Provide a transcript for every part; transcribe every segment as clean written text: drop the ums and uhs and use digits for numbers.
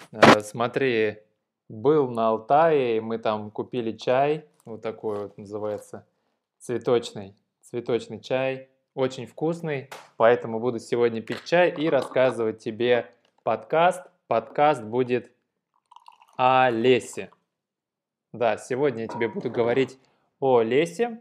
Смотри, был на Алтае, мы там купили чай, вот такой вот называется, цветочный чай, очень вкусный, поэтому буду сегодня пить чай и рассказывать тебе подкаст. Подкаст будет о лесе. Да, сегодня я тебе буду говорить о лесе.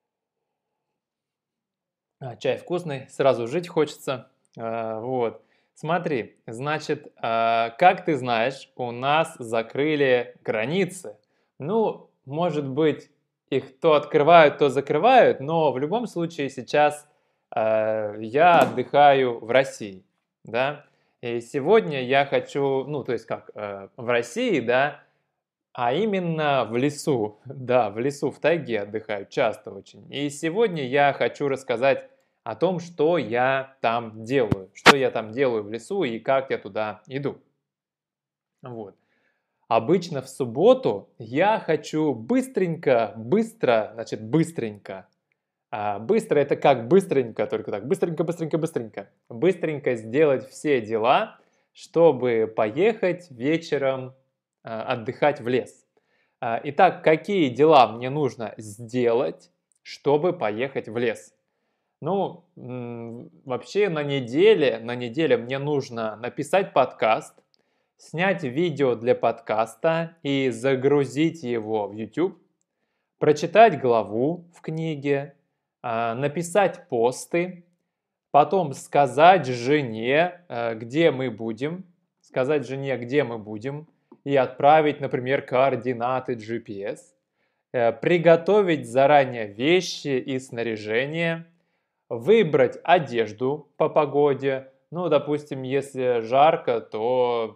Чай вкусный, сразу жить хочется. Вот. Смотри, значит, как ты знаешь, у нас закрыли границы. Ну, может быть, их то открывают, то закрывают, но в любом случае сейчас я отдыхаю в России, да. И сегодня я хочу, ну, то есть как, в России, да, а именно в лесу, да, в лесу, в тайге отдыхаю часто очень. И сегодня я хочу рассказать о том, что я там делаю, что я там делаю в лесу и как я туда иду. Вот. Обычно в субботу я хочу быстренько. Быстро это как быстренько, только так, быстренько сделать все дела, чтобы поехать вечером отдыхать в лес. Итак, какие дела мне нужно сделать, чтобы поехать в лес? Ну, вообще на неделе мне нужно написать подкаст, снять видео для подкаста и загрузить его в YouTube, прочитать главу в книге, написать посты, потом сказать жене, где мы будем, и отправить, например, координаты GPS, приготовить заранее вещи и снаряжение, выбрать одежду по погоде. Ну, допустим, если жарко, то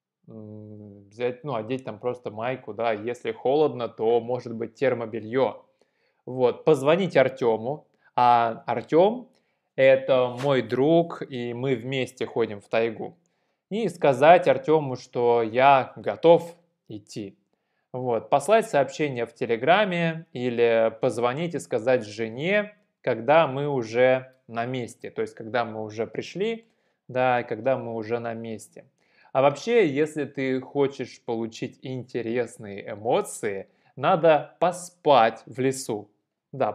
взять, ну, одеть там просто майку, да, если холодно, то может быть термобелье. Вот, позвонить Артему, а Артем это мой друг, и мы вместе ходим в тайгу. И сказать Артему, что я готов идти. Вот, послать сообщение в Телеграме или позвонить и сказать жене, когда мы уже на месте, то есть когда мы уже пришли, да, и когда мы уже на месте. А вообще, если ты хочешь получить интересные эмоции, надо поспать в лесу. Да,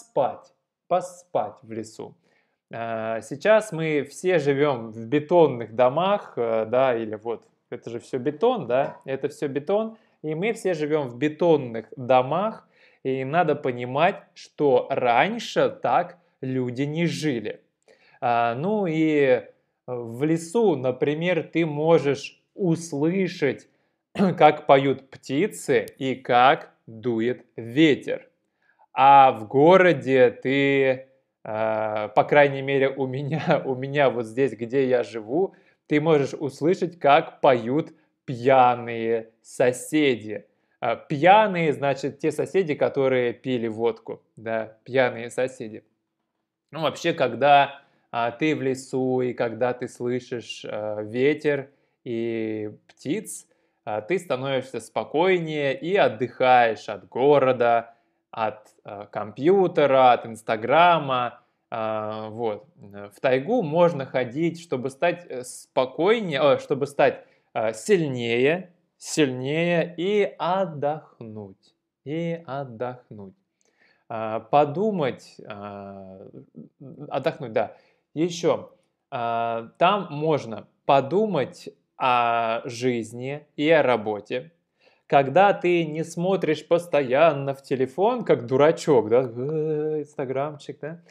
поспать в лесу. Сейчас мы все живем в бетонных домах, да, или вот, это же все бетон, да, это все бетон, и мы все живем в бетонных домах, и надо понимать, что раньше так люди не жили. Ну и в лесу, например, ты можешь услышать, как поют птицы и как дует ветер. А в городе ты, по крайней мере у меня вот здесь, где я живу, ты можешь услышать, как поют пьяные соседи. Пьяные, значит, те соседи, которые пили водку, да, пьяные соседи. Ну, вообще, когда ты в лесу и когда ты слышишь ветер и птиц, ты становишься спокойнее и отдыхаешь от города, от компьютера, от Инстаграма. Вот. В тайгу можно ходить, чтобы стать спокойнее, чтобы стать сильнее и отдохнуть. И отдохнуть. Подумать, отдохнуть, да. Еще, там можно подумать о жизни и о работе. Когда ты не смотришь постоянно в телефон, как дурачок, да, инстаграмчик, да,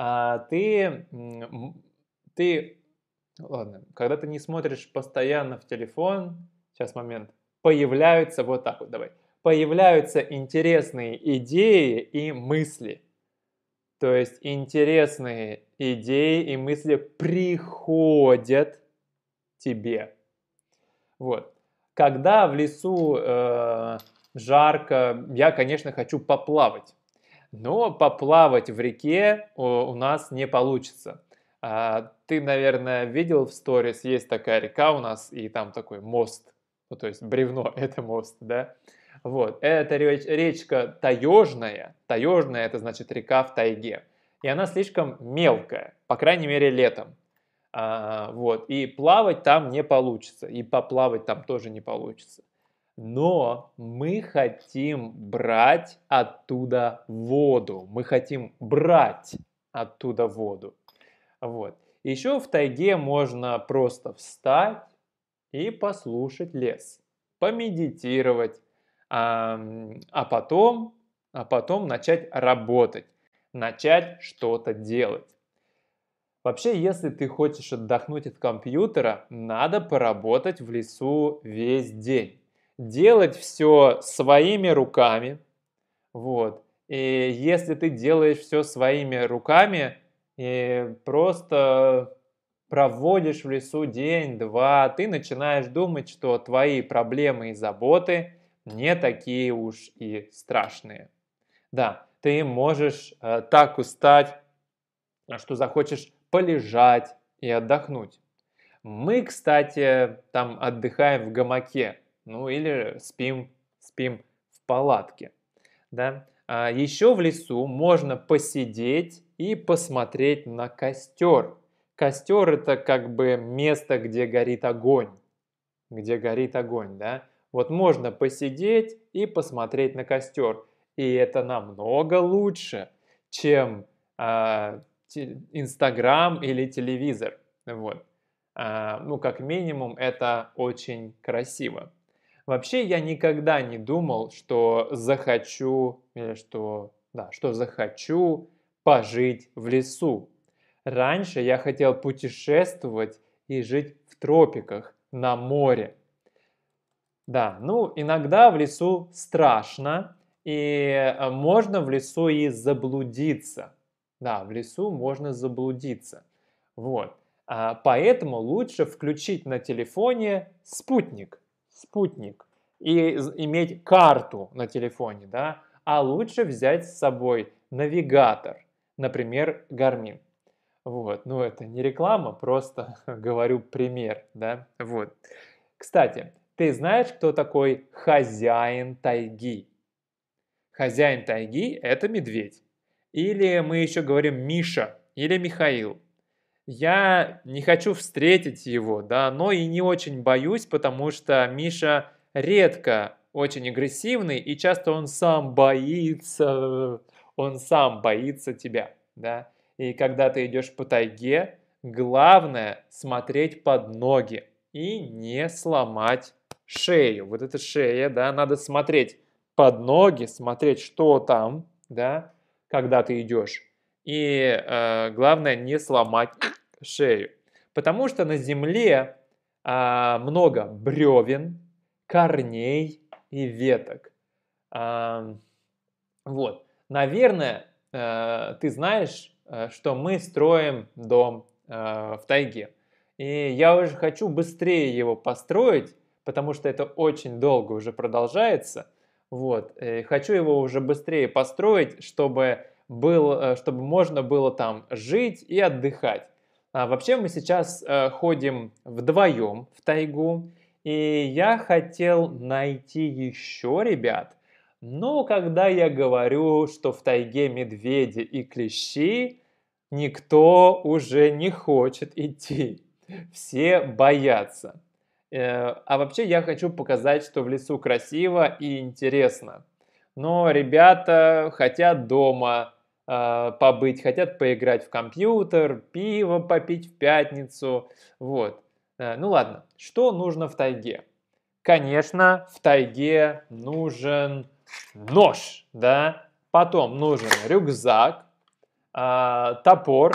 ты, ладно, когда ты не смотришь постоянно в телефон, сейчас момент, появляются, вот так вот, давай, появляются интересные идеи и мысли. То есть интересные идеи и мысли приходят тебе. Вот. Когда в лесу жарко, я, конечно, хочу поплавать. Но поплавать в реке у нас не получится. Ты, наверное, видел в сторис, есть такая река у нас, и там такой мост. Ну, то есть бревно– это мост, да? Вот. Это речка таежная. Таежная– это значит река в тайге. И она слишком мелкая, по крайней мере, летом. Вот, и плавать там не получится, и поплавать там тоже не получится. Но мы хотим брать оттуда воду, мы хотим брать оттуда воду. Вот. Еще в тайге можно просто встать и послушать лес, помедитировать, а потом, а потом начать работать, начать что-то делать. Вообще, если ты хочешь отдохнуть от компьютера, надо поработать в лесу весь день. Делать все своими руками. Вот. И если ты делаешь все своими руками и просто проводишь в лесу день-два, ты начинаешь думать, что твои проблемы и заботы не такие уж и страшные. Да, ты можешь так устать, что захочешь полежать и отдохнуть. Мы, кстати, там отдыхаем в гамаке, ну или спим в палатке. Да? А еще в лесу можно посидеть и посмотреть на костер. Костер это как бы место, где горит огонь. Где горит огонь, да? Вот можно посидеть и посмотреть на костер. И это намного лучше, чем Инстаграм или телевизор. Вот. Ну, как минимум, это очень красиво. Вообще, я никогда не думал, что захочу, или что захочу пожить в лесу. Раньше я хотел путешествовать и жить в тропиках, на море. Да, ну, иногда в лесу страшно, и можно в лесу и заблудиться. Да, в лесу можно заблудиться. Вот. Поэтому лучше включить на телефоне спутник и иметь карту на телефоне, да, а лучше взять с собой навигатор, например, Garmin. Вот, ну это не реклама, просто говорю пример, да, вот. Кстати, ты знаешь, кто такой хозяин тайги? Хозяин тайги – это медведь. Или мы еще говорим Миша или Михаил. Я не хочу встретить его, да, но и не очень боюсь, потому что Миша редко очень агрессивный, и часто он сам боится тебя, да. И когда ты идешь по тайге, главное смотреть под ноги и не сломать шею. Вот эта шея, да, надо смотреть под ноги, смотреть, что там, да, когда ты идешь. И главное не сломать шею. Потому что на земле много бревен, корней и веток. Вот. Наверное, ты знаешь, что мы строим дом в тайге. И я уже хочу быстрее его построить, потому что это очень долго уже продолжается. Вот. Хочу его уже быстрее построить, чтобы можно было там жить и отдыхать. Вообще мы сейчас ходим вдвоем в тайгу, и я хотел найти еще ребят, но когда я говорю, что в тайге медведи и клещи, никто уже не хочет идти. Все боятся. А вообще я хочу показать, что в лесу красиво и интересно. Но ребята хотят дома побыть, хотят поиграть в компьютер, пиво попить в пятницу. Вот. Ну ладно, что нужно в тайге? Конечно, в тайге нужен нож, да? Потом нужен рюкзак, топор,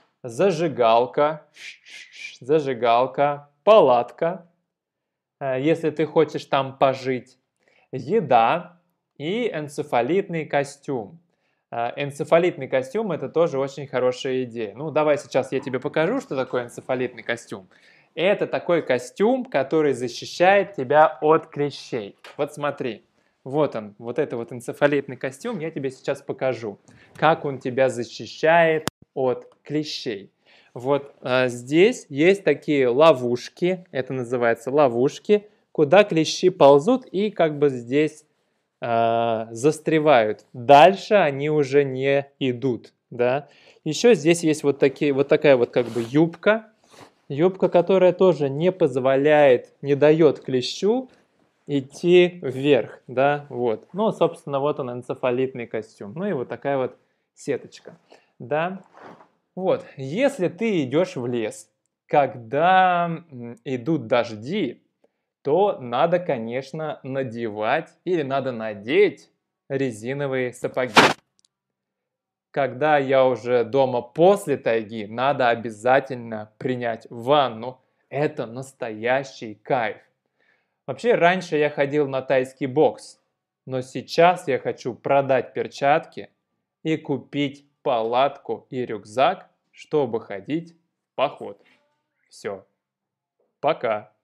зажигалка, палатка, если ты хочешь там пожить, еда и энцефалитный костюм. Энцефалитный костюм – это тоже очень хорошая идея. Ну, давай сейчас я тебе покажу, что такое энцефалитный костюм. Это такой костюм, который защищает тебя от клещей. Вот смотри, вот он, вот это вот энцефалитный костюм, я тебе сейчас покажу, как он тебя защищает от клещей. Вот здесь есть такие ловушки, это называется ловушки, куда клещи ползут и как бы здесь застревают. Дальше они уже не идут, да. Еще здесь есть вот такая вот как бы юбка, Юбка, которая тоже не позволяет, не дает клещу идти вверх, да, вот. Ну, собственно, вот он, энцефалитный костюм. Ну и вот такая вот сеточка, да. Вот, если ты идешь в лес, когда идут дожди, то надо, конечно, надевать или надо надеть резиновые сапоги. Когда я уже дома после тайги, надо обязательно принять ванну. Это настоящий кайф. Вообще, раньше я ходил на тайский бокс, но сейчас я хочу продать перчатки и купить палатку и рюкзак, чтобы ходить в поход. Все, пока.